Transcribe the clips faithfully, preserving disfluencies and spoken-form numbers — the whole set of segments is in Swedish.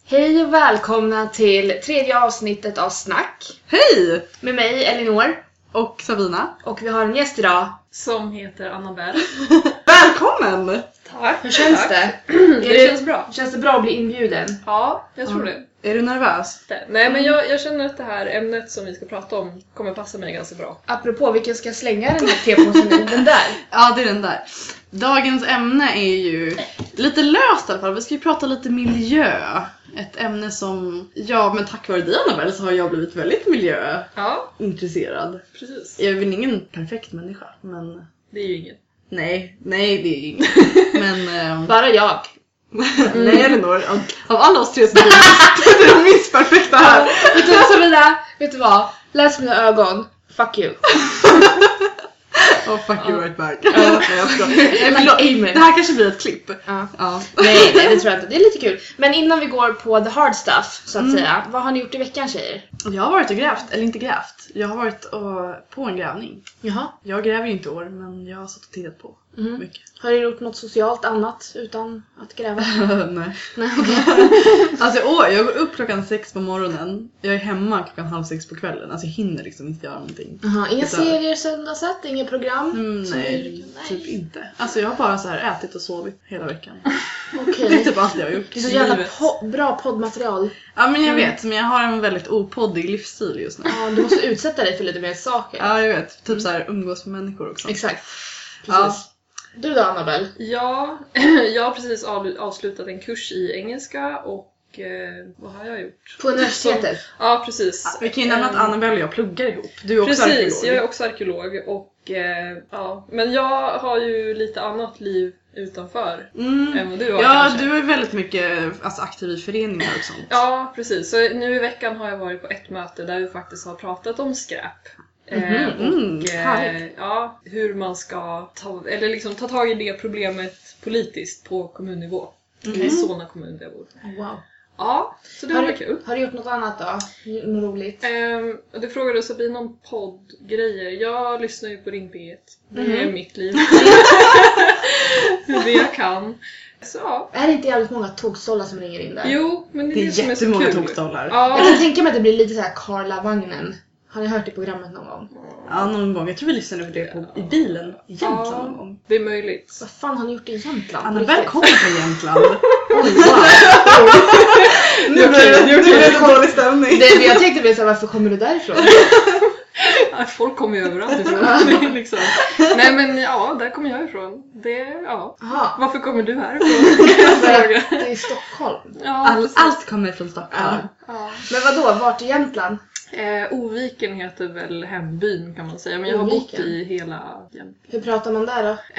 Hej och välkomna till tredje avsnittet av Snack. Hej! Med mig, Elinor. Och Sabina. Och vi har en gäst idag. Som heter Annabelle. Välkommen! Tack. Hur känns Tack. det? Det, det känns bra. Känns det bra att bli inbjuden? Ja, jag tror Ja. det. Är du nervös? det. Nej, men jag, jag känner att det här ämnet som vi ska prata om kommer passa mig ganska bra. Apropå, vilken ska jag slänga den här tepåsen i? Den där? Ja, det är den där. Dagens ämne är ju lite löst i alla fall. Vi ska ju prata lite miljö. Ett ämne som, ja men tack vare dig Annabelle så har jag blivit väldigt miljöintresserad. Ja, precis. Jag är väl ingen perfekt människa, men... Det är ju inget. Nej, nej det är ju inget. Men... Ähm... Bara jag. Nej Elinor, av, av alla oss tre så är det den minst perfekta här. Vet du, Sabina, vet du vad? Läs mina ögon. Fuck you. Oh fuck you right back. Ja, nej, jag skojar. Nej, men Like då, amen. det här kanske blir ett klipp. Ja. Ja. Nej, nej, det tror jag inte. Det är lite kul. Men innan vi går på the hard stuff, så att Mm. säga. Vad har ni gjort i veckan, tjejer? Jag har varit och grävt, eller inte grävt. Jag har varit och, på en grävning. Jaha. Jag gräver ju inte år, men jag har satt och tittat på Mhm. mycket. Har du gjort något socialt annat utan att gräva? Nej. Nej, okej. Alltså åh, jag går upp klockan sex på morgonen. Jag är hemma klockan halv sex på kvällen. Alltså jag hinner liksom inte göra någonting. Jaha, inga Utan- serier söndagssätt, inget program? Mm, Som nej, du- nej. typ inte. Alltså jag har bara så här ätit och sovit hela veckan. Okej. Det är typ allt jag har gjort. Det är så jävla Livet. po- bra poddmaterial. Ja men jag Mm. vet, men jag har en väldigt opoddig livsstil just nu. Ja, du måste utsätta dig för lite mer saker. Ja jag vet, typ så här umgås med människor också. Exakt. Ja. Precis. Du då, Annabelle? Ja, jag har precis av, avslutat en kurs i engelska och eh, vad har jag gjort? På universitetet? Ja, precis. Vi kan ju nämna att Ehm, Annabelle och jag pluggar ihop. Du är också Precis, arkeolog. jag är också arkeolog och eh, ja, men jag har ju lite annat liv utanför Mm. än vad du har Ja, kanske. du är väldigt mycket alltså, aktiv i föreningar och sånt. Ja, precis. Så nu i veckan har jag varit på ett möte där vi faktiskt har pratat om skräp. Eh, Mhm, mm, och eh, härligt. ja, hur man ska ta, eller liksom ta tag i det problemet politiskt på kommunnivå. Mhm. I Solna kommun där jag bor. Wow. Ja, så det Har var du, kul. har du gjort något annat då? Något roligt? Ehm, och du frågade Sabina om poddgrejer. Jag lyssnar ju på Ring P ett. Det är Mhm. mitt liv. Det jag kan. Så ja. Är det inte jävligt många tågstollar som ringer in där? Jo, men det är Det det, är som är så jättemånga kul. tågstollar. Jag Ja. kan tänka mig att det blir lite så här Karlavagnen. Har ni hört det programmet någon gång? Ja, någon gång. Jag tror vi lyssnade på det på, i bilen i Jämtland Ja. någon gång. Det är möjligt. Vad fan har ni gjort i Jämtland? På Annabelle riktigt? kommer från Jämtland. Oj, wow. Nu blev det, nu blev det dålig stämning. Det, jag tänkte bli så här, varför kommer du därifrån? Ja, folk kommer ju överallt ifrån. Det är liksom. Nej men ja, där kommer jag ifrån. Det, ja. Jaha, Varför kommer du härifrån? Fråga. det är Stockholm. Ja, All, precis. allt kommer från Stockholm. Ja. Men vadå, vart i Jämtland? Eh, Oviken heter väl hembyn kan man säga. Men jag har bott Oviken. i hela Jämtland. Hur pratar man där då?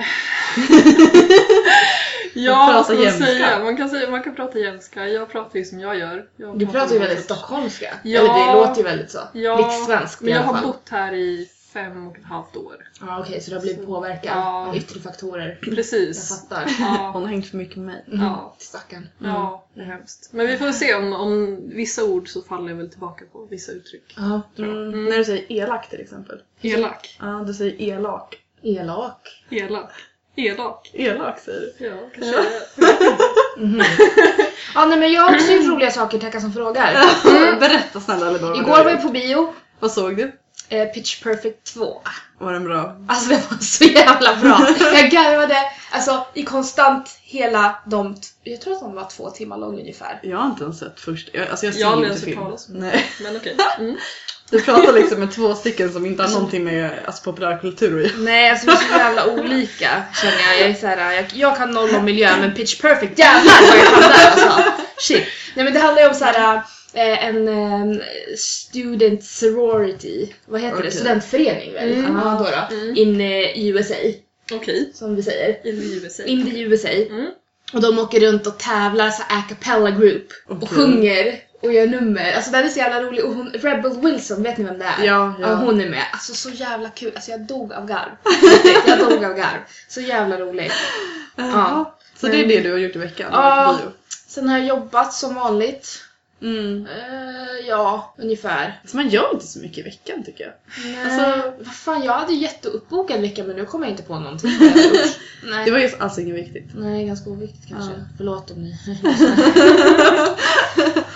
Ja, pratar ska man jämska. säga. Man kan säga, man kan prata jämska. Jag pratar ju som jag gör. Jag Du pratar ju väldigt så. stockholmska. Ja. Eller det låter ju väldigt så. Ja, Rikssvensk men i jag alla har fall. bott här i fem och ett halvt år. Ja, okej, så du har blivit påverkad Ja. av yttre faktorer. Jag Precis. fattar. Ja, Hon har hängt för mycket med mig. Mm. Ja. Stackarn. ja, det är hemskt. Men vi får se om, om vissa ord så faller jag väl tillbaka på vissa uttryck. Ja. Mm. När du säger elak till exempel. Elak. Ja, du säger elak. Elak. Elak. Elak. Elak säger du. Ja, kanske. Mhm. Ja, nej, men jag har också gjort roliga saker, tacka som frågar. Berätta snälla Elinor. vad du Igår har var jag gjort. på bio. Vad såg du? Eh, Pitch Perfect två. Var den bra? Alltså det var så jävla bra. Jag garvade alltså i konstant hela de, t- jag tror att de var två timmar lång ungefär. Jag har inte ens sett först. Jag, alltså jag ser Jag har ju aldrig inte ens film. hört talas om det. Nej. Men okej. Mm. Du pratar liksom med två stycken som inte har någonting med alltså, populärkultur att göra. Nej, alltså vi är så jävla olika känner jag. Jag är så här, jag, jag kan noll om miljö men Pitch Perfect, jävlar vad jag kan där alltså. Shit. Nej men det handlar ju om så här eh, en eh, student sorority, vad heter Okej. det? Studentförening väl? Mm. Ja, då då. Mm. In eh, U S A, Okej. som vi säger. I livet sig. In the U S A. Mm. Och de åker runt och tävlar så här a cappella group och Okej. sjunger och gör nummer. Alltså den är så jävla rolig. Och hon, Rebel Wilson, vet ni vem det är? Ja, ja. Ja, hon är med. Alltså så jävla kul. Alltså jag dog av garv. Jag dog av garv. Så jävla rolig. Ja. Så det är det du har gjort i veckan? Ja. Bio. Sen har jag jobbat som vanligt. Mm. Eh, ja, ungefär. Så man gör inte så mycket i veckan tycker jag. Nej, Alltså- vad fan, jag hade jätteuppbokad vecka men nu kommer jag inte på någonting. vad jag har gjort. Nej. Det var ju alltså inget viktigt. Nej, ganska oviktigt kanske. Ja. Förlåt om ni.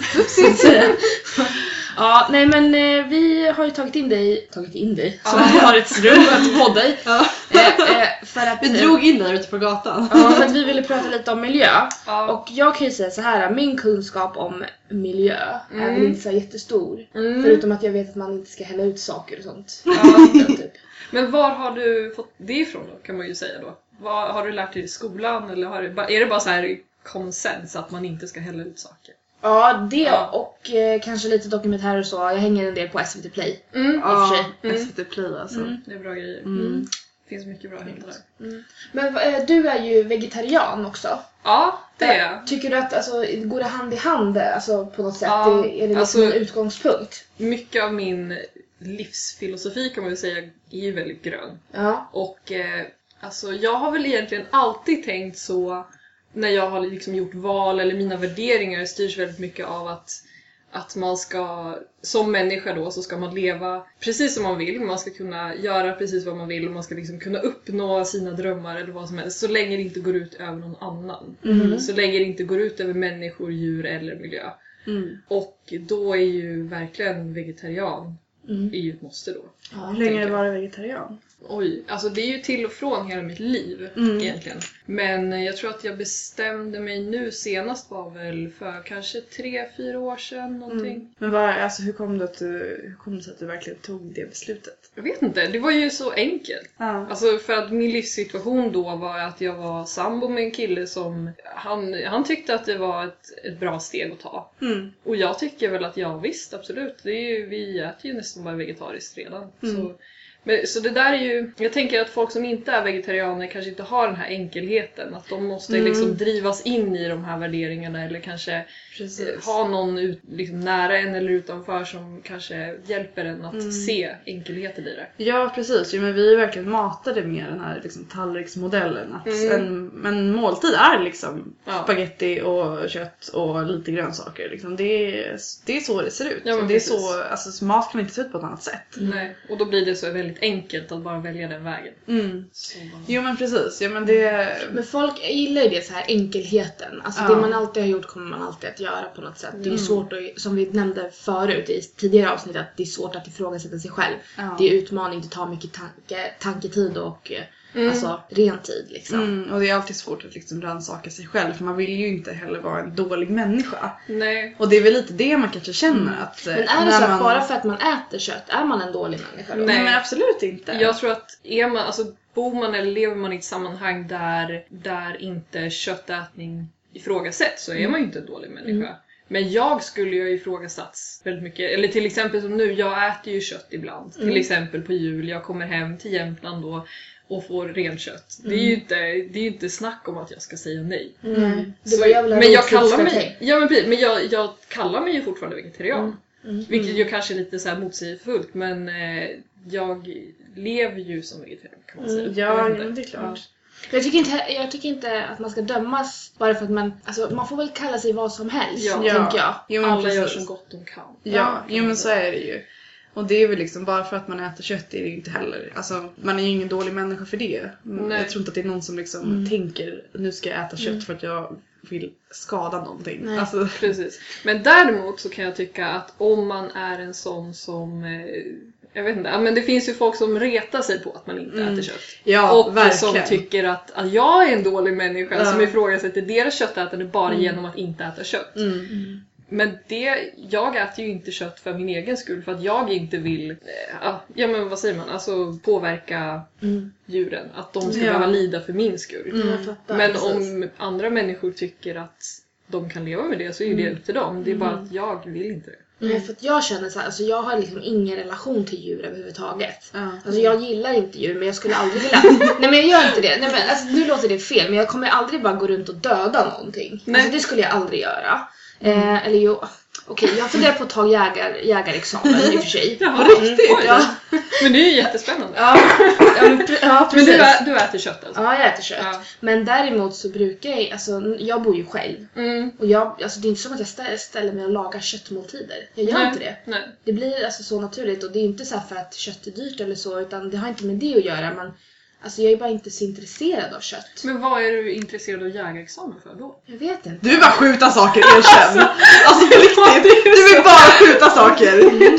Ja, nej men eh, vi har ju tagit in dig, tagit in dig, så vi har ett rum att podda i. Ja. Eh, eh, för att, vi drog in dig ute på gatan. Ja, för att vi ville prata lite om miljö. Ja. Och jag kan ju säga så här, min kunskap om miljö mm. är väl inte så jättestor. Mm. Förutom att jag vet att man inte ska hälla ut saker och sånt. Ja. typ. Men var har du fått det ifrån då, kan man ju säga då? Vad, har du lärt dig i skolan eller har du, är det bara så här konsens att man inte ska hälla ut saker? Ja, det ja. och eh, kanske lite dokumentärer och så. Jag hänger en del på S V T Play. Mm. Ja, mm. S V T Play alltså. Mm. Det är bra grejer. Mm. Det finns mycket bra att hämta där. Mm. Men eh, du är ju vegetarian också. Ja, det är jag. Tycker du att alltså, går det hand i hand alltså, på något sätt? Ja, är det liksom alltså, en utgångspunkt? Mycket av min livsfilosofi kan man ju säga är ju väldigt grön. Ja. Och eh, alltså, jag har väl egentligen alltid tänkt så när jag har liksom gjort val eller mina värderingar styrs väldigt mycket av att att man ska, som människa då, så ska man leva precis som man vill. Man ska kunna göra precis vad man vill och man ska liksom kunna uppnå sina drömmar eller vad som helst. Så länge det inte går ut över någon annan. Mm. Så länge det inte går ut över människor, djur eller miljö. Mm. Och då är ju verkligen vegetarian Mm. är ju ett måste då. Ja, Hur länge har du varit vegetarian? Oj, alltså det är ju till och från hela mitt liv Mm. egentligen. Men jag tror att jag bestämde mig nu senast var väl för kanske tre, fyra år sedan någonting. Mm. Men vad, alltså, hur kom det att du, hur kom det sig att du verkligen tog det beslutet? Jag vet inte, det var ju så enkelt. Ja. Alltså för att min livssituation då var att jag var sambo med en kille som han, han tyckte att det var ett, ett bra steg att ta. Mm. Och jag tycker väl att jag visst, absolut. Det är ju, vi äter ju nästan bara vegetariskt redan. Mm. Så, men, så det där är ju, jag tänker att folk som inte är vegetarianer kanske inte har den här enkelheten. Att de måste Mm. liksom drivas in i de här värderingarna eller kanske Precis. ha någon ut, liksom nära en eller utanför som kanske hjälper en att Mm. se enkelheten i det. Ja, precis. Jo, men vi är verkligen matade med den här liksom, tallriksmodellen. Att Mm. en, en måltid är liksom Ja. spaghetti och kött och lite grönsaker. Liksom. Det, är, det är så det ser ut. Ja, men det är precis. så, alltså, mat kan inte se ut på ett annat sätt. Nej. Och då blir det så väldigt enkelt att bara välja den vägen. Mm. Så bara... Jo, men precis. Jo, men det... Men folk gillar ju det så här, enkelheten. Alltså Ja. det man alltid har gjort kommer man alltid att göra på något sätt. Det är ju Mm. svårt att, som vi nämnde förut i tidigare avsnitt, att det är svårt att ifrågasätta sig själv. Ja. Det är utmaning, det tar mycket tanke, tanketid och Mm. alltså ren tid liksom. Mm, och det är alltid svårt att liksom rannsaka sig själv, för man vill ju inte heller vara en dålig människa. Nej. Och det är väl lite det man kanske känner att... Men är det så att bara för att man äter kött är man en dålig människa då? Nej. Nej, men absolut inte. Jag tror att är man, alltså, bor man eller lever man i ett sammanhang där, där inte köttätning ifrågasätts så är man ju inte en dålig människa. Mm. Men jag skulle ju ifrågasatts väldigt mycket. Eller till exempel som nu, jag äter ju kött ibland. Mm. Till exempel på jul, jag kommer hem till Jämtland då och får renkött. Det är Mm. ju inte, det är ju inte snack om att jag ska säga nej. Mm. Det Så, var jävla men jag roligt kallar för mig, dig. ja, men, precis, men jag, jag kallar mig ju fortfarande vegetarian. Mm. Mm. Vilket ju kanske är lite så här motsägelsefullt, men eh, jag lever ju som vegetarian kan man säga. Mm. Ja, Jag vet ja, inte. men det är klart. Jag tycker, inte, jag tycker inte att man ska dömas bara för att man... Alltså man får väl kalla sig vad som helst, Ja. tänker jag. Jo, men Alla gör precis. så gott de kan. Ja, Ja, jo, men så är det ju. Och det är väl liksom, bara för att man äter kött är det ju inte heller. Alltså, man är ju ingen dålig människa för det. Nej. Jag tror inte att det är någon som liksom Mm. tänker, nu ska jag äta kött Mm. för att jag vill skada någonting. Nej. Alltså, Precis. Men däremot så kan jag tycka att om man är en sån som... Eh, jag vet inte, ja, men det finns ju folk som retar sig på att man inte Mm. äter kött. ja, och verkligen. som tycker att, att jag är en dålig människa Ja. som ifrågasätter deras köttätande bara Mm. genom att inte äta kött. Mm. Mm. Men det, jag äter ju inte kött för min egen skull, för att jag inte vill, eh, ja men vad säger man, alltså påverka Mm. djuren. Att de ska Ja. behöva lida för min skull. Mm. Jag fattar, Men precis. om andra människor tycker att de kan leva med det så är ju det Mm. upp till dem. Det är bara Mm. att jag vill inte det. Nej, för att jag känner så här, alltså jag har liksom ingen relation till djur överhuvudtaget. Ja. Alltså jag gillar inte djur, men jag skulle aldrig vilja... Nej men jag gör inte det. Nej, men, alltså, nu låter det fel, men jag kommer aldrig bara gå runt och döda någonting. Nej. Alltså det skulle jag aldrig göra. Eh, eller jo... Okej, jag funderar på att ta jägar, jägarexamen i och för sig. Jaha, Mm, riktigt? Ja, Men det är ju jättespännande. ja, ja, men, pre- ja Men precis. du, ä- du äter kött alltså? Ja, jag äter kött. Ja. Men däremot så brukar jag... Alltså, jag bor ju själv. Mm. Och jag, alltså, det är inte som att jag stä- ställer mig och lagar köttmåltider. Jag gör Nej. inte det. Nej. Det blir alltså så naturligt, och det är inte så här för att kött är dyrt eller så, utan det har inte med det att göra, men alltså jag är bara inte så intresserad av kött. Men vad är du intresserad av jägarexamen för då? Jag vet inte. Du vill bara skjuta saker, erkänn. Alltså på riktigt, du vill bara skjuta saker.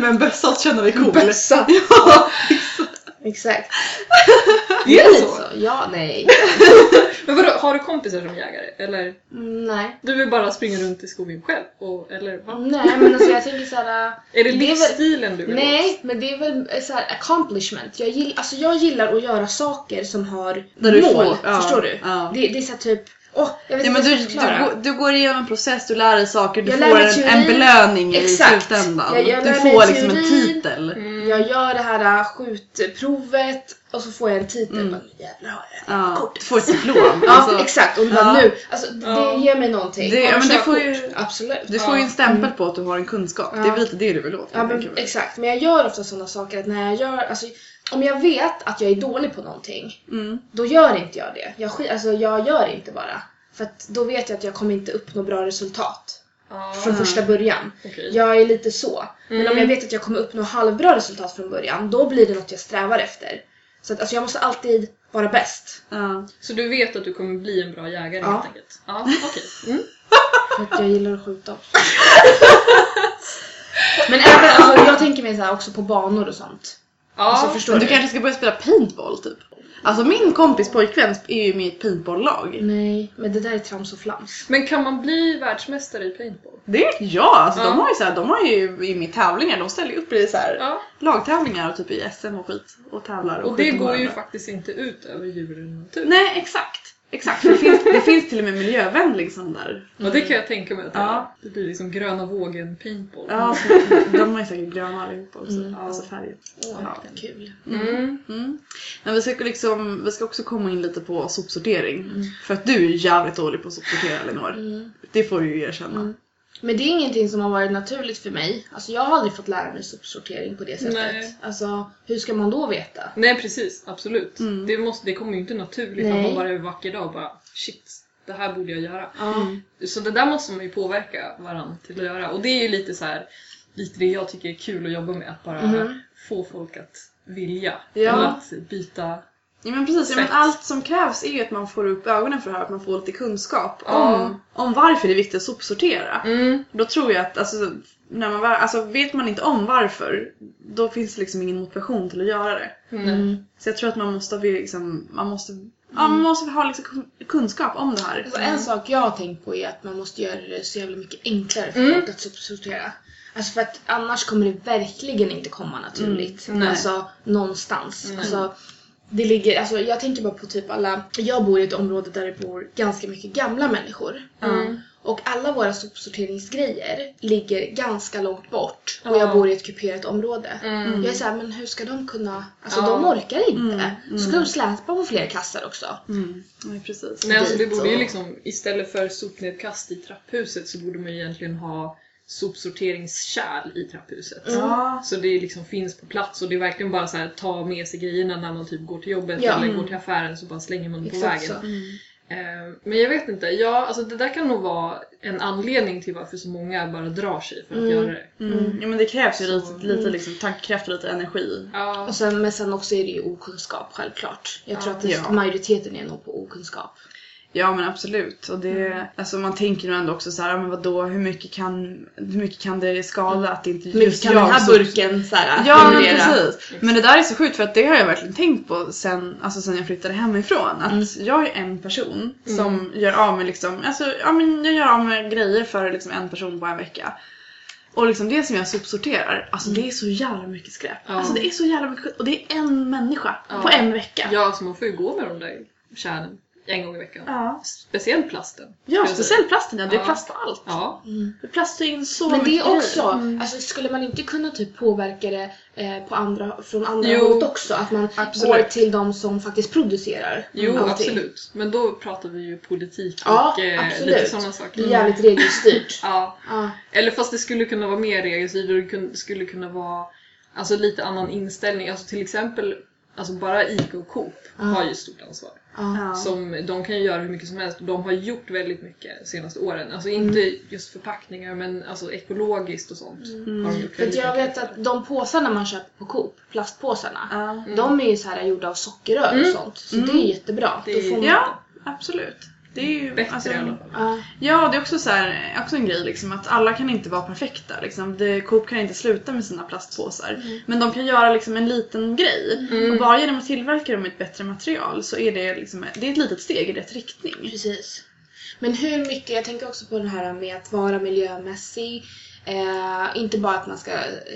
med en bössa och känna dig cool. Bössa. Ja, exakt. Det är så? så. Ja, nej. Men vadå, har du kompisar som jägare? Eller? Mm, nej. Du vill bara springa runt i skogen själv? Och, eller vad? Nej, men alltså jag tänker såhär... Är det livsstilen du vill Nej, åt? Men det är väl så här accomplishment. Jag gillar, alltså jag gillar att göra saker som har Där du mål, får, ja, förstår du? Ja. Det, det är så här typ... Åh, jag vet Ja, inte men vad du, jag ska du, du, du går igenom en process, du lär dig saker, du Jag får lär mig en, teorin. en belöning Exakt. i slutändan. Jag- jag du lär får mig liksom en teorin. titel. Mm. Jag gör det här äh, skjutprovet och så får jag en titel. Mm. Bara, jävlar har jag Ja, kort. du får ett diplom. Ja, Alltså, exakt. Och bara ja. nu, alltså det Ja. ger mig någonting. Det, ja, men det Körkort. får ju, Absolut. du får ju Ja. en stämpel på att du har en kunskap. Ja. Det är väl lite det du vill åt. Ja, jag men, tänker mig. exakt. Men jag gör ofta sådana saker att när jag gör, alltså om jag vet att jag är dålig på någonting, Mm. då gör inte jag det. Jag, sk- alltså, jag gör inte bara. För att då vet jag att jag kommer inte uppnå bra resultat Ah, från första början. okej. Jag är lite så. Men Mm. om jag vet att jag kommer uppnå halvbra resultat från början, då blir det något jag strävar efter. Så att alltså, jag måste alltid vara bäst. Ja. Så du vet att du kommer bli en bra jägare Ja. helt enkelt? Ja, okej. Mm. För att jag gillar att skjuta också. Men även, alltså, jag tänker mig så här också på banor och sånt. Alltså, Ja, förstår Men du? du kanske ska börja spela paintball typ. Alltså min kompis pojkvän är ju med i ett paintball-lag. Nej, men det där är trams och flams. men kan man bli världsmästare i paintball? Det är ja, alltså Ja. de har ju så här, de har ju i med tävlingar, de ställer ju upp i så här Ja. lagtävlingar och typ i S M och skit och tävlar och, Och det skjuter går ju varandra. faktiskt inte ut över djuren och natur. Nej, exakt. Exakt, det finns, det finns till och med miljövänlig sån där. Och det kan jag tänka mig att det, Ja. det blir liksom gröna vågen paintball. Ja, så, de har ju säkert gröna allihopa också, Mm. alltså färger. Åh, Ja. kul. Mm. Mm. Men vi ska, liksom, vi ska också komma in lite på sopsortering. Mm. För att du är ju jävligt dålig på att sopsortera, Elinor. Mm. Det får du ju erkänna. Mm. Men det är ingenting som har varit naturligt för mig. Alltså jag har aldrig fått lära mig sopsortering på det sättet. Nej. Alltså hur ska man då veta? Nej precis, absolut. Mm. Det, måste, det kommer ju inte naturligt Nej. att man bara är en vacker dag och bara shit, det här borde jag göra. Ja. Så det där måste man ju påverka varandra till att göra. Och det är ju lite så här, lite det jag tycker är kul att jobba med. Att bara Mhm. få folk att vilja. Ja. Eller att byta. Ja, men precis, ja, men Sätt. allt som krävs är ju att man får upp ögonen för det här, att man får lite kunskap Ja. om, om varför det är viktigt att sopsortera. Mm. Då tror jag att alltså, när man, var- alltså, vet man inte om varför, då finns det liksom ingen motivation till att göra det. Mm. Så jag tror att man måste, liksom, man måste, ja, man måste ha liksom kun- kunskap om det här. Alltså, en sak jag har tänkt på är att man måste göra det så jävla mycket enklare för Mm. folk att sopsortera. Alltså för att annars kommer det verkligen inte komma naturligt. Mm. Nej. Alltså någonstans. Nej. Alltså, det ligger, alltså, jag tänker bara på typ alla... Jag bor i ett område där det bor ganska mycket gamla människor. Mm. Och alla våra sopsorteringsgrejer ligger ganska långt bort. Och jag Ja. bor i ett kuperat område. Mm. Jag är såhär, men hur ska de kunna... Alltså Ja. de orkar inte. Mm, mm. Så ska de släpa på fler kassar också. Mm. Nej, precis. Nej, alltså det dit borde ju och- liksom, istället för sopnedkast i trapphuset så borde man ju egentligen ha sopsorteringskärl i trapphuset. Ja. Så det liksom finns på plats och det är verkligen bara så här ta med sig grejerna när man typ går till jobbet Ja. eller Mm. går till affären så bara slänger man dem på Exakt vägen. så. Mm. Eh, Men jag vet inte, ja, alltså det där kan nog vara en anledning till varför så många bara drar sig för att Mm. göra det. Mm. Ja, men det krävs ju Så- lite, lite liksom, tankekraft och lite energi. Ja, Och sen, men sen också är det ju okunskap, självklart. Jag tror Ja. att det, Ja. majoriteten är nog på okunskap. Ja, men absolut. Och det, Mm. alltså man tänker nog ändå också så här, ja, men vadå, hur mycket kan, hur mycket kan det skada att det inte Hur mycket just kan jag den här som- burken så här, Ja, men generera? precis. Men det där är så sjukt för att det har jag verkligen tänkt på sen, alltså sen jag flyttade hemifrån. Att Mm. jag är en person som gör av med liksom, alltså, ja, men jag gör av med grejer för liksom en person på en vecka. Och liksom det som jag sopsorterar, alltså det är så jävla mycket skräp. Ja. Alltså det är så jävla mycket skit. Och det är en människa Ja. på en vecka. ja, alltså man får ju gå med de där kärnen en gång i veckan. Ja, Speciellt plasten. ja ska jag säga. speciellt plasten, ja. Det är Ja. plast på allt. Ja. Mm. Det plastar in så Men det mycket är också, grejer. Mm. alltså skulle man inte kunna typ påverka det eh, på andra, från andra Jo. hållet också? Att man Absolut. går till de som faktiskt producerar Jo, allting. absolut. Men då pratar vi ju politik Ja, och eh, absolut. lite sådana Det saker. är jävligt regelstyrt. Ja. Ja. Eller fast det skulle kunna vara mer regelstyrt och det kun- skulle kunna vara alltså, lite annan inställning. Alltså till exempel, alltså bara ICA och Coop Ja. har ju stort ansvar. Ja. Ja. Som, de kan ju göra hur mycket som helst och de har gjort väldigt mycket de senaste åren. Alltså inte just förpackningar men alltså ekologiskt och sånt. Mm. Har de gjort För att väldigt jag mycket. vet att de påsarna man köper på Coop, plastpåsarna, Ja. de är ju så här gjorda av sockerrör och Mm. sånt. Så Mm. det är jättebra. Det Då är- får man... Ja, absolut. Det är ju bättre alltså, i alla fall. uh. Ja, det är också så här, också en grej liksom, att alla kan inte vara perfekta liksom. Det, Coop kan inte sluta med sina plastpåsar, mm. men de kan göra liksom en liten grej, mm. och bara genom att tillverka dem med ett bättre material så är det liksom, det är ett litet steg i rätt riktning. Precis. Men hur mycket, jag tänker också på det här med att vara miljömässig. Eh, inte bara att man ska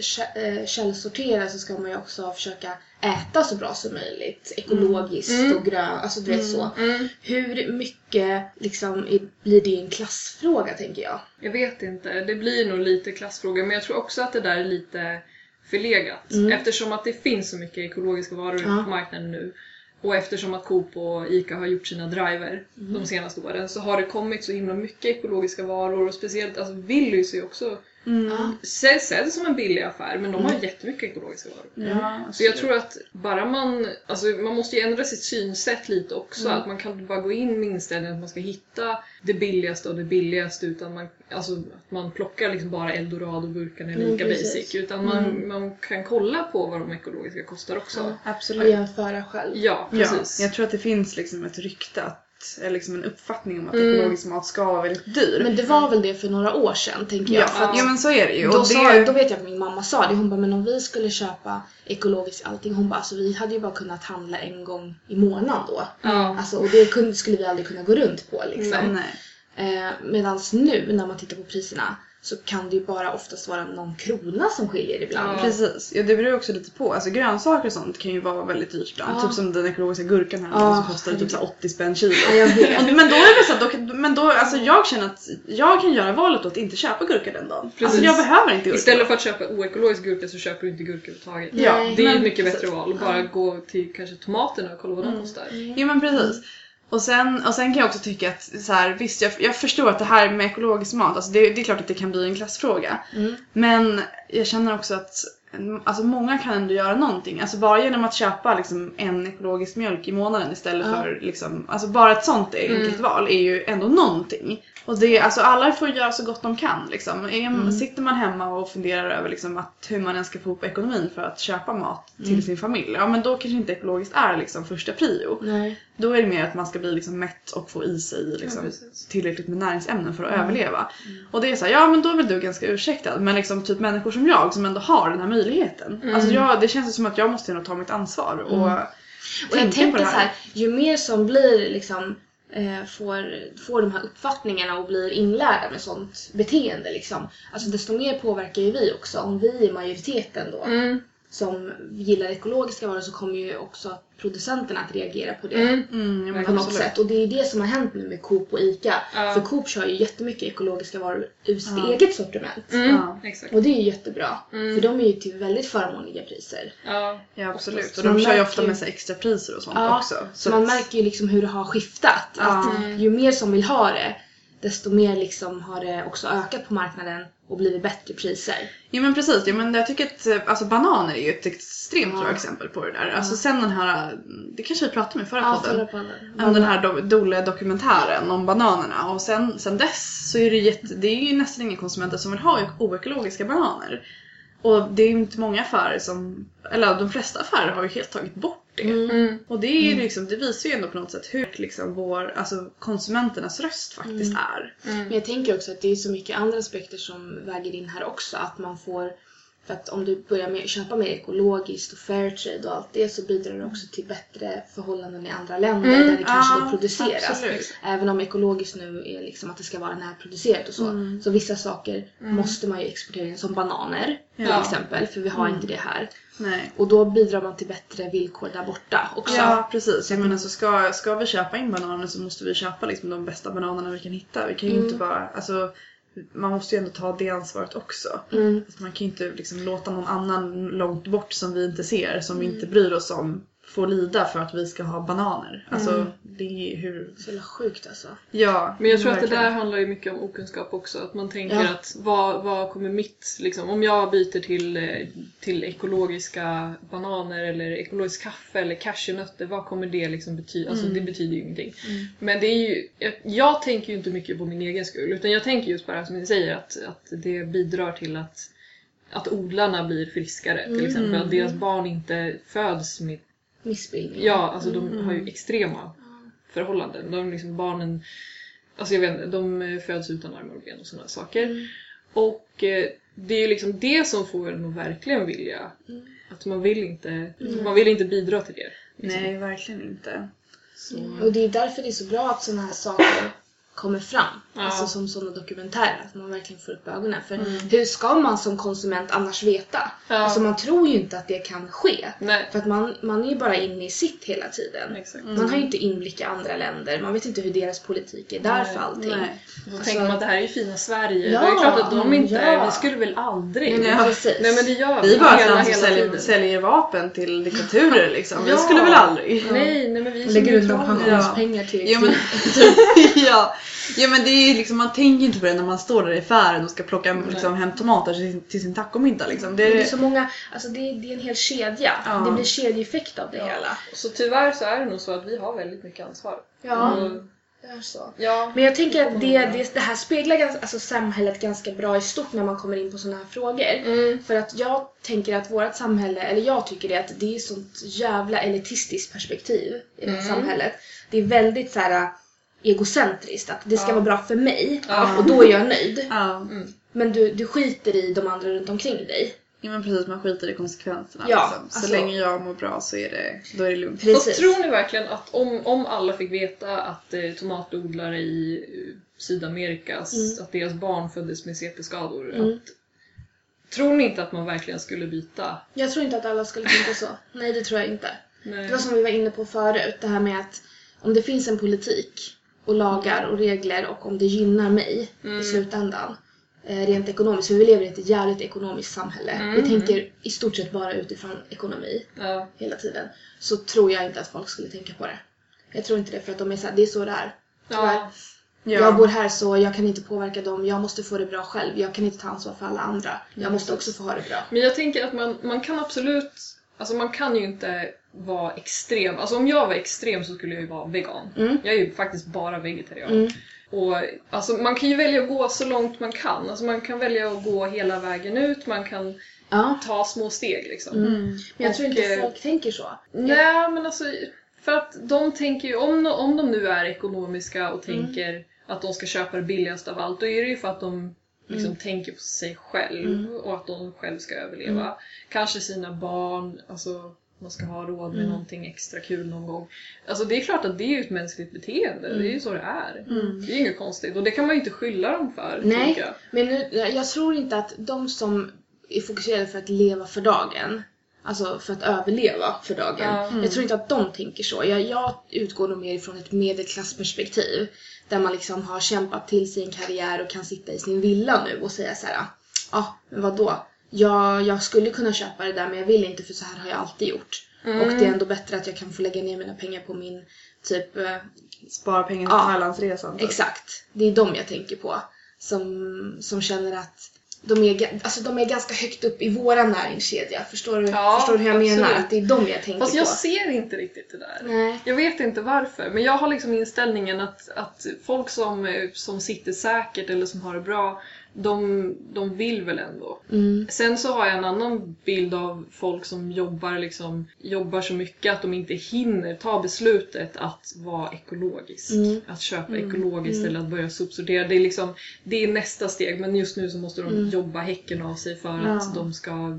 k- källsortera, så ska man ju också försöka äta så bra som möjligt. Ekologiskt mm. och grön, alltså du vet mm. så. Mm. Hur mycket liksom blir det en klassfråga, tänker jag? Jag vet inte, det blir nog lite klassfråga, men jag tror också att det där är lite förlegat. Mm. Eftersom att det finns så mycket ekologiska varor ja. på marknaden nu. Och eftersom att Coop och Ica har gjort sina driver mm. de senaste åren, så har det kommit så himla mycket ekologiska varor. Och speciellt, alltså Willys är ju också mm. säljs som en billig affär, men de har mm. jättemycket ekologiska varor. Ja, så jag tror att bara man, alltså man måste ju ändra sitt synsätt lite också. Mm. Att man kan inte bara gå in med inställningen att man ska hitta det billigaste och det billigaste, utan man, alltså, att man plockar liksom bara Eldorado-burkarna är lika mm, basic. Utan man, mm. man kan kolla på vad de ekologiska kostar också. Ja, absolut. Och jämföra själv. Ja, precis. Ja, jag tror att det finns liksom ett rykte att är liksom en uppfattning om att mm. ekologisk mat ska vara väldigt dyr. Men det var väl det för några år sedan, tänker jag. Ja, för att, ja men så är det ju. Då, och sa, det... då vet jag att min mamma sa det. Hon bara, men om vi skulle köpa ekologiskt allting. Hon bara, alltså vi hade ju bara kunnat handla en gång i månaden då. Mm. Alltså, och det kunde, skulle vi aldrig kunna gå runt på liksom. Nej, nej. Eh, Medan nu när man tittar på priserna så kan det ju bara oftast vara någon krona som skiljer ibland. Ja, precis. Ja, det beror ju också lite på. Alltså grönsaker och sånt kan ju vara väldigt dyrt ibland. Ja. Typ som den ekologiska gurkan här ja, som kostar typ så åttio spänn kilo. Ja, jag vet. Men då är det så att då, men då, alltså jag känner att jag kan göra valet att inte köpa gurka den dagen. Precis. Alltså jag behöver inte gurka. Istället för att köpa oekologisk gurka så köper du inte gurka överhuvudtaget. Ja, det är men, ett mycket precis. bättre val. Bara ja. gå till kanske tomaterna och kolla vad mm. de kostar. Mm. Ja men precis. Och sen, och sen kan jag också tycka att så här, visst, jag, jag förstår att det här med ekologisk mat, alltså det, det är klart att det kan bli en klassfråga. Mm. Men jag känner också att alltså många kan ändå göra någonting. Alltså bara genom att köpa liksom en ekologisk mjölk i månaden istället ja. för liksom, alltså bara ett sånt enkelt mm. val är ju ändå någonting. Och det, alltså alla får göra så gott de kan liksom. Mm. Sitter man hemma och funderar över liksom att hur man ens ska få ihop ekonomin för att köpa mat till mm. sin familj, ja men då kanske inte ekologiskt är liksom första prio. Nej. Då är det mer att man ska bli liksom mätt och få i sig liksom ja, tillräckligt med näringsämnen för att mm. överleva. Mm. Och det är så här, ja men då är väl du ganska ursäktad. Men liksom typ människor som jag som ändå har den här möjligheten. Mm. Alltså jag, det känns som att jag måste ändå ta mitt ansvar. Och, mm. och jag tänker så här, ju mer som blir liksom eh, får, får de här uppfattningarna och blir inlärda med sånt beteende liksom. Alltså desto mer påverkar ju vi också. Om vi är majoriteten då. Mm. Som gillar ekologiska varor, så kommer ju också producenterna att reagera på det mm. Mm, på något sätt. Och det är det som har hänt nu med Coop och Ica. Ja. För Coop kör ju jättemycket ekologiska varor ur sitt ja. eget sortiment. Mm. Ja. Och det är ju jättebra. Mm. För de är ju till väldigt förmånliga priser. Ja, ja absolut. Och de kör ju ofta med sig extra priser och sånt ja, också. Så, så man märker ju liksom hur det har skiftat. Ja. Att ju mer som vill ha det, desto mer liksom har det också ökat på marknaden och blivit bättre priser. Ja men precis, ja, men jag tycker att alltså, bananer är ju ett extremt ja. bra exempel på det där. Alltså ja. sen den här, det kanske vi pratade med förra ja, podden. Förra podden. Om den här do- Dole-dokumentären om bananerna. Och sen, sen dess så är det, jätte, det är ju nästan inga konsumenter som vill ha oekologiska bananer. Och det är ju inte många affärer som, eller de flesta affärer har ju helt tagit bort det. Mm. Och det är ju liksom, det visar ju ändå på något sätt hur liksom vår, alltså konsumenternas röst faktiskt mm. är. Mm. Men jag tänker också att det är så mycket andra aspekter som väger in här också. Att man får, för att om du börjar med, köpa mer ekologiskt och fairtrade och allt det, så bidrar det också till bättre förhållanden i andra länder mm. där det kanske ja, då produceras. Absolut. Även om ekologiskt nu är liksom att det ska vara närproducerat och så. Mm. Så vissa saker mm. måste man ju exportera in, som bananer ja. till exempel. För vi har mm. inte det här. Nej. Och då bidrar man till bättre villkor där borta också. Ja, precis. Jag menar, så ska, ska vi köpa in bananer så måste vi köpa liksom de bästa bananerna vi kan hitta. Vi kan ju mm. inte bara, alltså, man måste ju ändå ta det ansvaret också. Mm. Alltså, man kan ju inte liksom låta någon annan långt bort som vi inte ser, som mm. vi inte bryr oss om, få lida för att vi ska ha bananer. Alltså, mm. det är hur... Så är det sjukt alltså. Ja. Men jag tror att det där handlar ju mycket om okunskap också. Att man tänker ja. att vad, vad kommer mitt, liksom, om jag byter till, till ekologiska bananer eller ekologisk kaffe eller cashewnötter, vad kommer det liksom betyda? Alltså mm. det betyder ju ingenting. Mm. Men det är ju, jag, jag tänker ju inte mycket på min egen skull. Utan jag tänker just bara som ni säger att, att det bidrar till att, att odlarna blir friskare. Till exempel mm. att deras barn inte föds med missbildning. Ja, alltså de mm. har ju extrema förhållanden. De liksom barnen, alltså jag vet inte, de föds utan armar och ben och sådana saker. Mm. Och eh, det är ju liksom det som får en att verkligen vilja. Mm. Att man vill inte, mm. man vill inte bidra till det. Liksom. Nej, verkligen inte. Så. Och det är därför det är så bra att sådana här saker kommer fram. Ja. Alltså som sådana dokumentärer. Att man verkligen får upp ögonen. För mm. hur ska man som konsument annars veta? Ja. Alltså man tror ju inte att det kan ske. Nej. För att man, man är ju bara inne i sitt hela tiden. Exakt. Mm. Man har ju inte inblick i andra länder. Man vet inte hur deras politik är där för allting. Nej. Då alltså, tänker man att det här är ju fina Sverige. Ja, det är klart att de inte, ja. vi skulle väl aldrig. Nej, ja, precis. Nej men det gör vi. Vi bara hela, hela säljer, säljer vapen till diktaturer liksom. Ja. Vi skulle väl aldrig. Ja. Nej, nej men vi lägger undan pensionspengar till ja. ja. Ja men det är liksom, man tänker inte på det när man står där i affären och ska plocka liksom, hem tomater till, till sin tacomiddag liksom. Det är, det är så många, alltså det är, det är en hel kedja. Ja. Det blir kedjeeffekt av det ja. hela. Så tyvärr så är det nog så att vi har väldigt mycket ansvar. Ja. Mm. Det är så. Ja. Men jag tänker att det, det, det här speglar ganska, alltså, samhället ganska bra i stort när man kommer in på sådana här frågor. Mm. För att jag tänker att vårt samhälle, eller jag tycker det, att det är sånt jävla elitistiskt perspektiv i mm. det här samhället. Det är väldigt så här egocentriskt, att det ska ja. vara bra för mig ja. och då är jag nöjd. Ja. Mm. Men du, du skiter i de andra runt omkring dig. Ja men precis, man skiter i konsekvenserna. Ja, liksom. Så alltså, länge jag mår bra så är det, då är det lugnt. Så tror ni verkligen att om, om alla fick veta att eh, tomatodlare i eh, Sydamerika, mm. att deras barn föddes med C P-skador, mm. att, tror ni inte att man verkligen skulle byta? Jag tror inte att alla skulle tänka så. Nej, det tror jag inte. Nej. Det var som vi var inne på förut, det här med att om det finns en politik och lagar och regler och om det gynnar mig mm. i slutändan eh, rent ekonomiskt, för vi lever i ett jävligt ekonomiskt samhälle. Mm. Vi tänker i stort sett bara utifrån ekonomi ja. hela tiden. Så tror jag inte att folk skulle tänka på det. Jag tror inte det, för att de är så här, det är så det är. Ja. Ja. Jag bor här så jag kan inte påverka dem. Jag måste få det bra själv. Jag kan inte ta ansvar för alla andra. Jag måste också få ha det bra. Men jag tänker att man, man kan absolut, alltså man kan ju inte vara extrem. Alltså om jag var extrem så skulle jag ju vara vegan. Mm. Jag är ju faktiskt bara vegetarian. Mm. Och alltså man kan ju välja att gå så långt man kan. Alltså man kan välja att gå hela vägen ut. Man kan ja. ta små steg liksom. Mm. Men jag och, tror inte folk tänker så. Nej men alltså, för att de tänker ju, om, om de nu är ekonomiska och tänker mm. att de ska köpa det billigaste av allt, då är det ju för att de liksom mm. tänker på sig själv mm. och att de själv ska överleva. Mm. Kanske sina barn, alltså man ska ha råd med mm. någonting extra kul någon gång. Alltså det är klart att det är ju ett mänskligt beteende. Mm. Det är ju så det är. Mm. Det är inget konstigt. Och det kan man ju inte skylla dem för. Nej, jag. men nu, jag tror inte att de som är fokuserade för att leva för dagen, alltså för att överleva för dagen. Ja. Mm. Jag tror inte att de tänker så. Jag, jag utgår nog mer från ett medelklassperspektiv. Där man liksom har kämpat till sin karriär och kan sitta i sin villa nu och säga så här: ja, ah, men vadå? Jag, jag skulle kunna köpa det där men jag vill inte, för så här har jag alltid gjort. Mm. Och det är ändå bättre att jag kan få lägga ner mina pengar på min typ... Eh, spara pengar till ja, Thailandsresan. Exakt. Det är de jag tänker på. Som, som känner att de är, alltså de är ganska högt upp i våra näringskedja. Förstår du, ja, förstår du hur jag absolut. menar? Att det är de jag tänker Fast jag på. Fast jag ser inte riktigt det där. Nej. Jag vet inte varför. Men jag har liksom inställningen att, att folk som, som sitter säkert eller som har det bra, de, de vill väl ändå. Mm. Sen så har jag en annan bild av folk som jobbar, liksom, jobbar så mycket att de inte hinner ta beslutet att vara ekologisk. Mm. Att köpa mm. ekologiskt mm. eller att börja subsortera. Det är, liksom, det är nästa steg, men just nu så måste de mm. jobba häcken av sig för ja. att de ska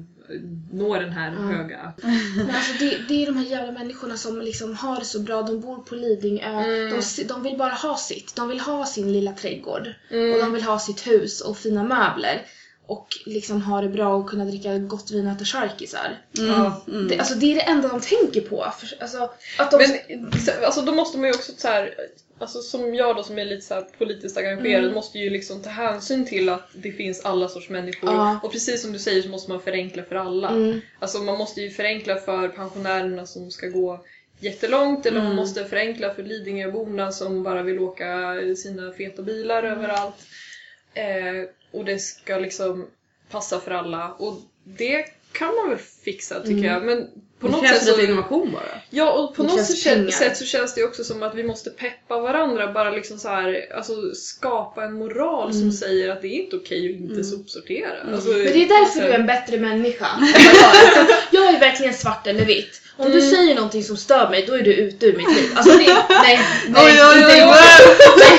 nå den här mm. höga. Men alltså det, det är de här jävla människorna som liksom har det så bra. De bor på Lidingö. Mm. De, de vill bara ha sitt. De vill ha sin lilla trädgård. Mm. Och de vill ha sitt hus och fina möbler. Och liksom ha det bra och kunna dricka gott vin och äta charkisar. Mm. Mm. Det, alltså det är det enda de tänker på. För, alltså, att de... Men alltså, då måste man ju också så här, alltså, som jag då som är lite så här politiskt engagerad mm. måste ju liksom ta hänsyn till att det finns alla sorts människor. Ja. Och precis som du säger så måste man förenkla för alla. Mm. Alltså man måste ju förenkla för pensionärerna som ska gå jättelångt. Eller mm. man måste förenkla för Lidingöborna som bara vill åka sina feta bilar mm. överallt. Eh, och det ska liksom passa för alla. Och det kan man väl fixa tycker Mm. jag. Men på det något krävs sätt så... lite innovation bara. Ja, och på Det något krävs sätt, pengar. sätt så känns det också som att vi måste peppa varandra. Bara liksom så här, alltså skapa en moral Mm. som säger att det är inte okej att inte Mm. sopsortera. Mm. Alltså, Men det är därför du är en bättre människa än vad jag är. För att jag är verkligen svart eller vitt. Om du Mm. säger någonting som stör mig, då är du ute ur mitt liv. Alltså det, nej, nej, Oj, oj, inte oj, jag. oj. Nej.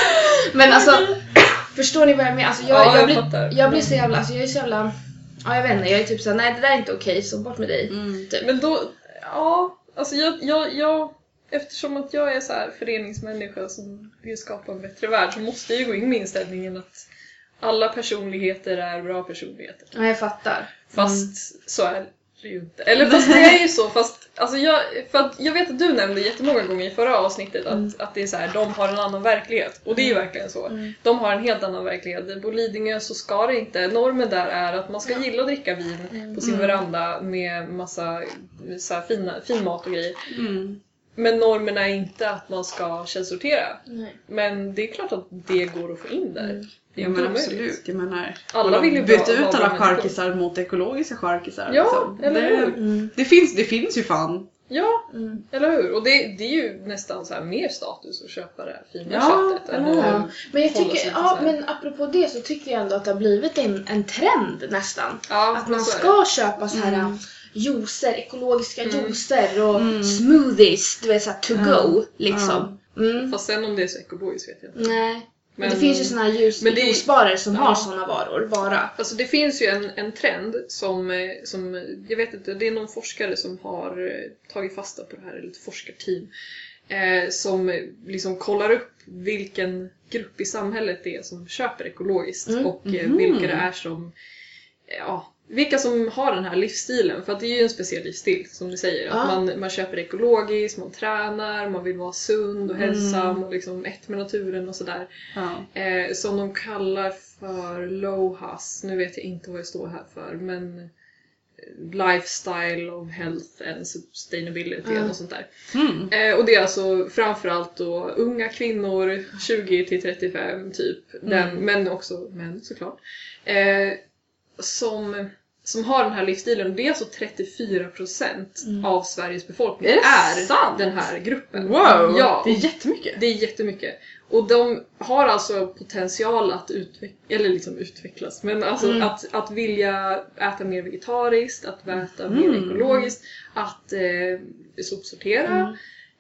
Men alltså, förstår ni vad jag menar? Alltså jag, Ja, jag, jag blir, fattar. jag blir så jävla, alltså jag är så jävla, ja jag vet inte, jag är typ såhär, nej det där är inte okej, så bort med dig. Mm. Typ. Men då, ja, alltså jag, jag, jag eftersom att jag är så här föreningsmänniska som vill skapa en bättre värld så måste jag ju gå in med inställningen att alla personligheter är bra personligheter. Ja, jag fattar. Fast så är det ju inte. Eller fast det är ju så, fast alltså jag, för att jag vet att du nämnde jättemånga gånger i förra avsnittet att, Mm. att det är så här, de har en annan verklighet. Och det är ju verkligen så. Mm. De har en helt annan verklighet. På Lidingö så ska det inte, normen där är att man ska gilla att dricka vin Mm. på sin Mm. veranda med massa så här, fina, fin mat och grejer. Mm. Men normen är inte att man ska källsortera. Nej. Men det är klart att det går att få in där. Mm. Det är Ja inte men omöjligt. absolut, jag menar Alla vill ju byta bra- ut ha bra alla människor. charkisar mot ekologiska charkisar Ja, liksom. eller det, hur? Mm. det, finns, det finns ju fan. Ja, Mm. eller hur? Och det, det är ju nästan så här mer status att köpa det här fina Ja, köttet. än eller att Ja. Men jag hålla sig tycker, lite ja så här. men apropå det så tycker jag ändå att det har blivit en, en trend nästan. Ja, Att men man så är ska köpa så här Mm. juicer, ekologiska Mm. juicer och Mm. smoothies, du vet såhär to Ja. go liksom. Mm. det. Fast sen om det är så ekologiskt vet jag inte. Nej. Men, Men- det finns ju såna här ljus, men det- juicebarer som Ja. har såna varor bara. Alltså det finns ju en, en trend som, eh, som, jag vet inte, det är någon forskare som har eh, tagit fasta på det här, eller ett forskarteam. Eh, som eh, liksom kollar upp vilken grupp i samhället det är som köper ekologiskt. Mm. Och eh, Mhm. vilka det är som, eh, ja, vilka som har den här livsstilen. För att det är ju en speciell livsstil som du säger. Att Ja. man, man köper ekologiskt, man tränar, man vill vara sund och hälsam Mm. och liksom ett med naturen och sådär. Ja. Eh, som de kallar för LOHAS. Nu vet jag inte vad det står här för, men eh, Lifestyle of Health and Sustainability Mm. eller något sånt där. Mm. Eh, och det är alltså framförallt då unga kvinnor, tjugo till trettiofem typ, den, Mm. men också män såklart. Eh, som, som har den här livsstilen, och det är alltså trettiofyra procent Mm. av Sveriges befolkning Är det är sant? den här gruppen. Wow, Ja, det är jättemycket. det är jättemycket. Och de har alltså potential att utveck- eller liksom utvecklas. Men alltså Mm. att, att vilja äta mer vegetariskt, att äta mer Mm. ekologiskt, att eh, sopsortera. Mm.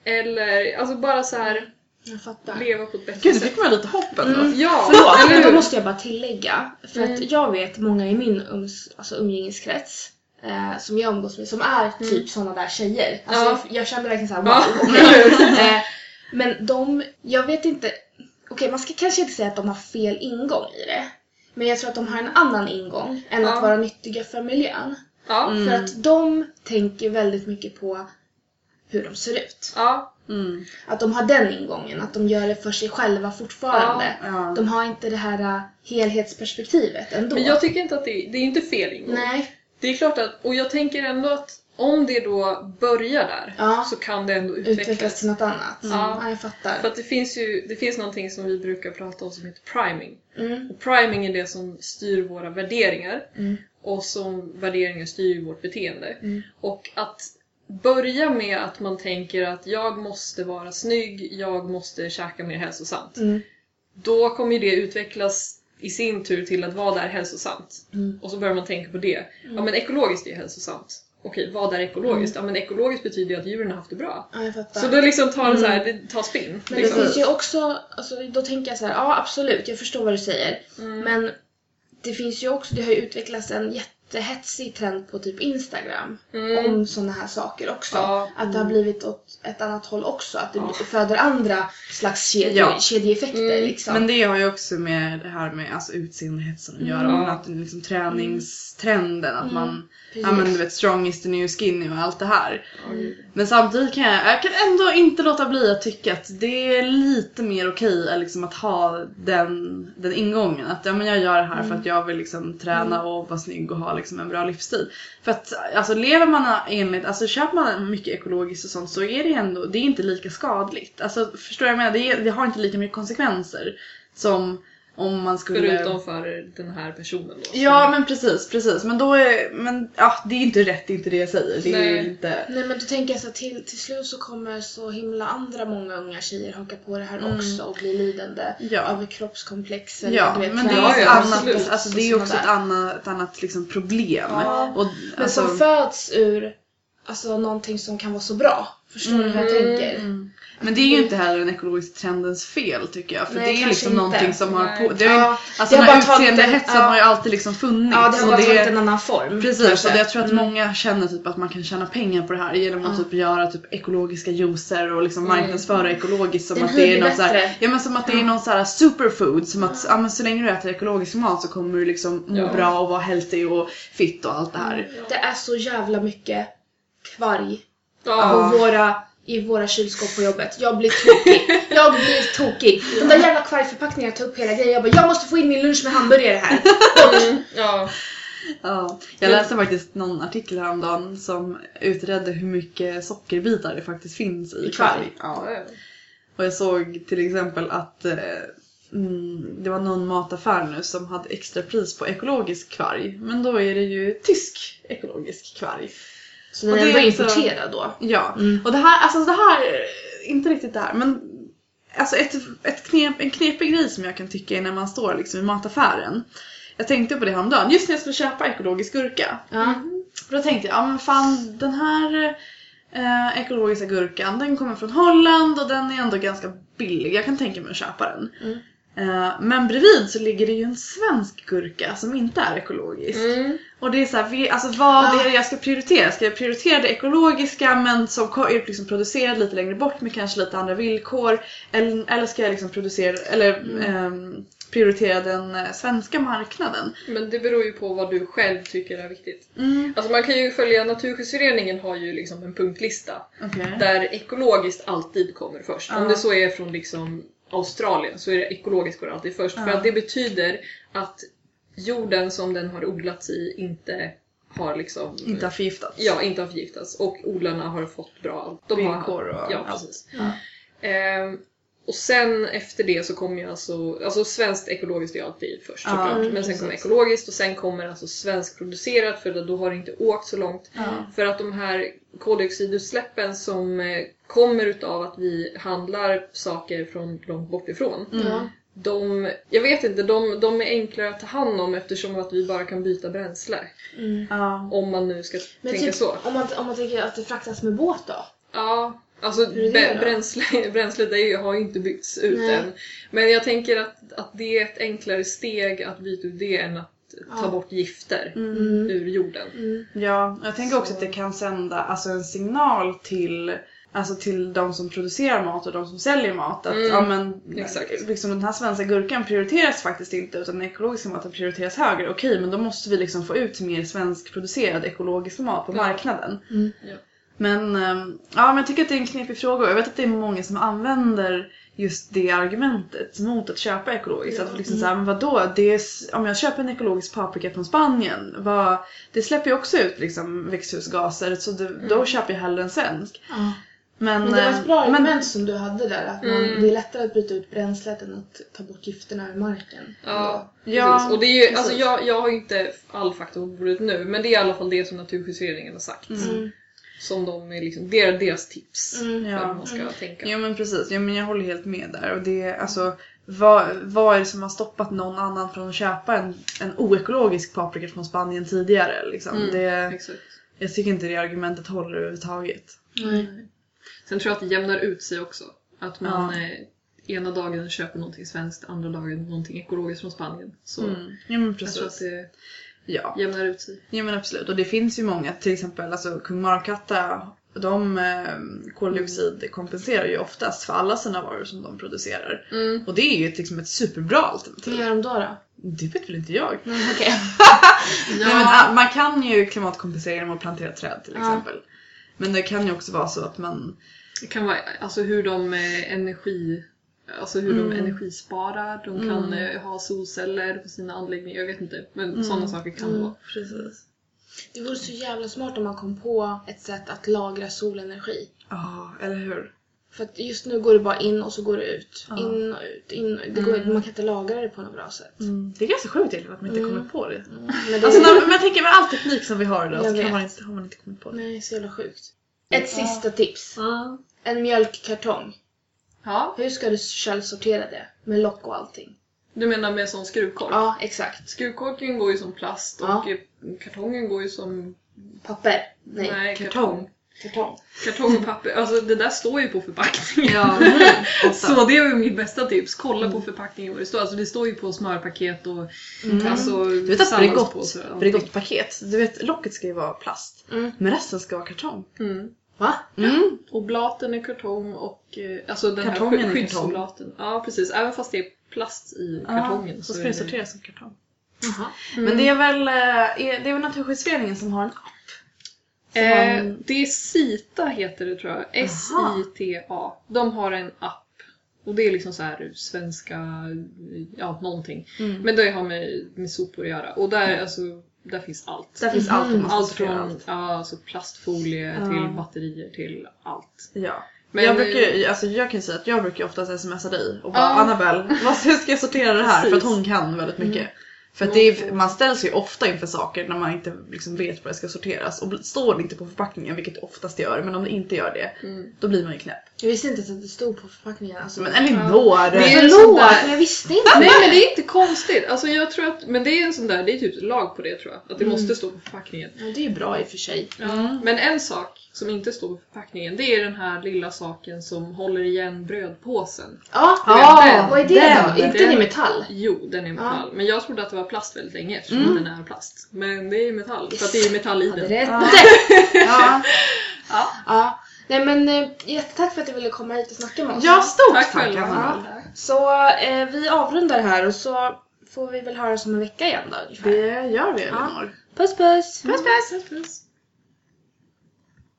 Eller alltså bara så här Jag fattar. leva på ett bättre Gud, det sätt. fick man lite hopp ändå. Mm. Ja, Förlåt, eller men då hur? måste jag bara tillägga. För Mm. att jag vet många i min ums, alltså umgängeskrets eh, som jag umgås med som är typ Mm. såna där tjejer. Alltså Ja. jag, jag kände verkligen såhär, Ja. wow, okej. eh, Men de, jag vet inte, okej man ska kanske inte säga att de har fel ingång i det. Men jag tror att de har en annan ingång än Ja. att vara nyttiga för miljön. Ja, Mm. För att de tänker väldigt mycket på hur de ser ut. ja, Mm. Att de har den ingången, att de gör det för sig själva fortfarande. Ja. De har inte det här uh, helhetsperspektivet ändå. men jag tycker inte att det, det är inte fel ingång. Nej. Det är klart att, och jag tänker ändå att om det då börjar där Ja. så kan det ändå utvecklas. Utvecklas till något annat. Ja. Ja, jag fattar. För att det finns ju det finns någonting som vi brukar prata om som heter priming. Mm. Och priming är det som styr våra värderingar. Mm. Och som värderingar styr vårt beteende. Mm. Och att börja med att man tänker att jag måste vara snygg, jag måste käka mer hälsosamt. Mm. Då kommer ju det utvecklas i sin tur till att vad är hälsosamt. Mm. Och så börjar man tänka på det. Ja men ekologiskt är hälsosamt. Okej, vad är ekologiskt? Ja men ekologiskt betyder ju att djuren har haft det bra. Ja, jag fattar. Så då liksom tar det Mm. så här, det tar spinn. Men Liksom. det finns ju också, alltså, då tänker jag så här, ja absolut, jag förstår vad du säger. Mm. Men det finns ju också, det har ju utvecklats en jättehetsig trend på typ Instagram. Mm. Om såna här saker också. Ja. Att det har blivit åt ett annat håll också. Att det Ja. föder andra slags kedje, Ja. kedjeeffekter Mm. liksom. Men det har ju också med det här med alltså, utseendehetsen att göra. Mm. Och att liksom, träningstrenden, att Mm. man Precis. ja, men, du vet, strong is the new skinny och allt det här. Mm. Men samtidigt kan jag, jag kan ändå inte låta bli att tycka att det är lite mer okej liksom, att ha den, den ingången. Att ja, men jag gör det här för att jag vill liksom, träna och vara snygg och ha liksom, en bra livsstil. För att alltså, lever man enligt, alltså köper man mycket ekologiskt och sånt så är det ändå, det är inte lika skadligt. Alltså förstår jag med, det, är, det har inte lika mycket konsekvenser som om man skulle... Förutom för den här personen då. Ja, men precis, precis. Men då är... Men ja, det är inte rätt, inte det jag säger. Det Nej. är inte... Nej, men du tänker så till, till slut så kommer så himla andra många unga tjejer haka på det här Mm. också och bli lidande Ja. över kroppskomplex. Eller, Ja, du vet, men det är Ja, ju ja, ett annat, absolut. alltså det är ju också ett annat, ett annat liksom problem. Ja. Och, Men alltså, som föds ur alltså, någonting som kan vara så bra. Förstår du vad jag tänker? mm. Men det är ju inte heller den ekologiska trendens fel tycker jag. För Nej, det är kanske liksom inte. någonting som har Nej. på... Det är, Ja, alltså det har den här bara tagit en- utseendehetsen ja. har ju alltid liksom funnits. Ja, det har och bara det, tagit en annan form. Precis, kanske. och jag tror att Mm. många känner typ att man kan tjäna pengar på det här genom att Ja. typ göra typ ekologiska juicer och liksom Mm. marknadsföra ekologiskt som Den att det är blir något så här, bättre. ja men som att det är någon så här superfood som att ja, men så länge du äter ekologisk mat så kommer du liksom må Ja. bra och vara healthy och fit och allt det här. Det är så jävla mycket kvarg Ja. på våra, i våra kylskåp på jobbet. Jag blir tokig. Jag blir tokig. De där jävla kvargförpackningarna tar upp hela grejen. Jag bara, jag måste få in min lunch med hamburgare här. Mm. Ja. Ja, jag läste faktiskt någon artikel häromdagen som utredde hur mycket sockerbitar det faktiskt finns i I kvarg. kvarg. Ja. Och jag såg till exempel att eh, mm, det var någon mataffär nu som hade extra pris på ekologisk kvarg. Men då är det ju tysk ekologisk kvarg. Så den Och är det ändå är också- importerad då. Ja, Mm. och det här, alltså det här, inte riktigt det här, men alltså ett, ett knep, en knepig grej som jag kan tycka är när man står liksom i mataffären. Jag tänkte på det häromdagen, just när jag skulle köpa ekologisk gurka. Ja. Och då tänkte jag, ja men fan den här eh, ekologiska gurkan, den kommer från Holland och den är ändå ganska billig. Jag kan tänka mig att köpa den. Mm. Eh, men bredvid så ligger det ju en svensk gurka som inte är ekologisk. Mm. Och det är så här, vi, alltså vad Ah. är det jag ska prioritera? Ska jag prioritera det ekologiska men som ko- är liksom producerat lite längre bort med kanske lite andra villkor? Eller, eller ska jag liksom producera, eller ehm, prioritera den eh, svenska marknaden? Men det beror ju på vad du själv tycker är viktigt. Mm. Alltså man kan ju följa, Naturskyddsföreningen har ju liksom en punktlista Okej. där ekologiskt alltid kommer först. Ja. Om det så är från liksom Australien så är det ekologiskt går alltid först. Ja. För att det betyder att jorden som den har odlats i inte har liksom... Inte har förgiftats. Ja, inte har förgiftats. Och odlarna har fått bra de Villkor har, och ja, allt. precis. Ja. Ehm, och sen efter det så kommer ju alltså, alltså svenskt ekologiskt är alltid först Ja, såklart. mm, Men sen kommer precis. ekologiskt och sen kommer alltså svensk producerat för då har det inte åkt så långt. Ja. För att de här koldioxidutsläppen som eh, kommer utav att vi handlar saker från långt bort ifrån. Mm. Ja. De, jag vet inte, de, de är enklare att ta hand om eftersom att vi bara kan byta bränsle. Mm. Ja. Om man nu ska Men tänka typ, så. om man, om man tänker att det fraktas med båt då? Ja, alltså Hur är det b- då? bränsle, bränslet är ju, har ju inte byggts ut Nej. än. Men jag tänker att, att det är ett enklare steg att byta ut det än att ta Ja. bort gifter Mm. ur jorden. Mm. Ja, jag tänker också Så- att det kan sända alltså en signal till, alltså till de som producerar mat och de som säljer mat. Att Mm, ja, men, exakt. liksom, den här svenska gurkan prioriteras faktiskt inte utan den ekologiska maten prioriteras högre. Okej, men då måste vi liksom få ut mer svenskproducerad ekologisk mat på Ja. marknaden. Mm. Ja. Men, ehm, ja, men jag tycker att det är en knepig fråga och jag vet att det är många som använder just det argumentet mot att köpa ekologiskt. Ja. Att liksom så här, men vadå? Det är, s- om jag köper en ekologisk paprika från Spanien, vad, det släpper ju också ut liksom växthusgaser så det, då köper jag hellre en svensk. Ja. Men, Men det var ett bra eh, argument som du hade där. Att man, Mm. det är lättare att byta ut bränslet än att ta bort gifterna ur marken. Ja, Ja, precis. Och det är ju, precis. alltså jag, jag har ju inte all fakta på bordet nu, men det är i alla fall det som Naturskyddsföreningen har sagt. Mm. Som de är liksom, det är deras tips Mm. Ja. för hur man ska Mm. tänka. Ja men precis, ja, men jag håller helt med där. Och det är, alltså, vad, vad är det som har stoppat någon annan från att köpa en, en oekologisk paprika från Spanien tidigare? Liksom? Mm. Det, Exakt. jag tycker inte det argumentet håller överhuvudtaget. Nej. Sen tror jag att det jämnar ut sig också. Att man Ja. eh, ena dagen köper någonting svenskt, andra dagen någonting ekologiskt från Spanien. Så Mm. Ja men jag tror att precis. det Ja. jämnar ut sig. Ja men absolut, och det finns ju många, till exempel alltså Kung Markatta, de eh, koldioxidkompenserar ju oftast för alla sina varor som de producerar. Mm. Och det är ju ett, liksom ett superbra alternativ. Vad gör de då då? Det vet väl inte jag. Mm, okej. Nej, men, ah, man kan ju klimatkompensera genom att plantera träd till Ja. exempel. Men det kan ju också vara så att man... Det kan vara alltså hur de eh, energi Alltså hur Mm. de energisparar, de kan Mm. eh, ha solceller på sina anläggningar, jag vet inte. Men Mm. sådana saker kan Mm. det vara. Precis. Det vore så jävla smart om man kom på ett sätt att lagra solenergi. Ja, eller hur? För att just nu går det bara in och så går det ut. Ja. In och ut, in och ut. Det går, mm. Man kan inte lagra det på något bra sätt. Mm. Det är ganska sjukt egentligen att man inte mm. kommer på det. Mm. Men det alltså när, men jag tänker med all teknik som vi har idag så kan man inte, har man inte kommit på det. Nej, så jävla sjukt. Ett ja. sista tips. Ja. En mjölkkartong. Ja. Hur ska du källsortera det? Med lock och allting. Du menar med sån skruvkork? Ja, exakt. Skruvkorken går ju som plast och ja. kartongen går ju som... Papper? Nej, Nej kartong. Kartong. Kartong och papper. Alltså det där står ju på förpackningen. Ja. Så det är ju mitt bästa tips. Kolla mm. på förpackningen vad det står. Alltså det står ju på smörpaket och mm. alltså du vet att Bregott-paket. Du vet locket ska ju vara plast. Mm. Men resten ska vara kartong. Mm. Va? Mm. Ja. Och blaten är kartong och alltså den kartongen här skyddsblaten. Ja, precis. Även fast det är plast i kartongen. Ja, så, så ska det sorteras som kartong. Jaha. Mm. Men det är väl det är väl Naturskyddsföreningen som har en app. Eh, det är Sita heter det tror jag. S I T A. De har en app. Och det är liksom så här svenska, ja någonting. Mm. Men det har med, med sopor att göra. Och där, mm. alltså, där finns allt. Där finns allt. Mm. Allt från ja, alltså plastfolie mm. till batterier till allt. Ja. Men jag brukar alltså jag kan säga att jag brukar ofta smsa dig och bara uh. Annabelle, vad ska jag sortera det här? Precis. För att hon kan väldigt mycket. Mm. För att det är, man ställs ju ofta inför saker när man inte liksom vet vad det ska sorteras. Och står det inte på förpackningen, vilket det oftast gör. Men om det inte gör det, mm. då blir man ju knäpp. Jag visste inte att det stod på förpackningen. Alltså, men Elinor! Ja. Det är en sån där, jag visste inte. Nej men det är inte konstigt. Alltså jag tror att, men det är en sån där, det är typ lag på det tror jag. Att det mm. måste stå på förpackningen. Ja, det är ju bra i och för sig. Ja. Mm. Men en sak som inte står på förpackningen, det är den här lilla saken som håller igen brödpåsen. Ja, ah, vad är det den, då? Den, inte den i metall? Jo, den är metall. Ah. Men jag trodde att det var plast väldigt länge eftersom mm. den är plast. Men det är metall, för att det är metall i den. Rätt. Ja. Ja. Ja. Ja. Nej men äh, jättetack för att du ville komma hit och snacka med oss. Ja, stort tack. tack ja. Så äh, vi avrundar här och så får vi väl höra som en vecka igen då. Ungefär. Det gör vi, Elinor. Ja. Puss puss. Puss puss. puss, puss.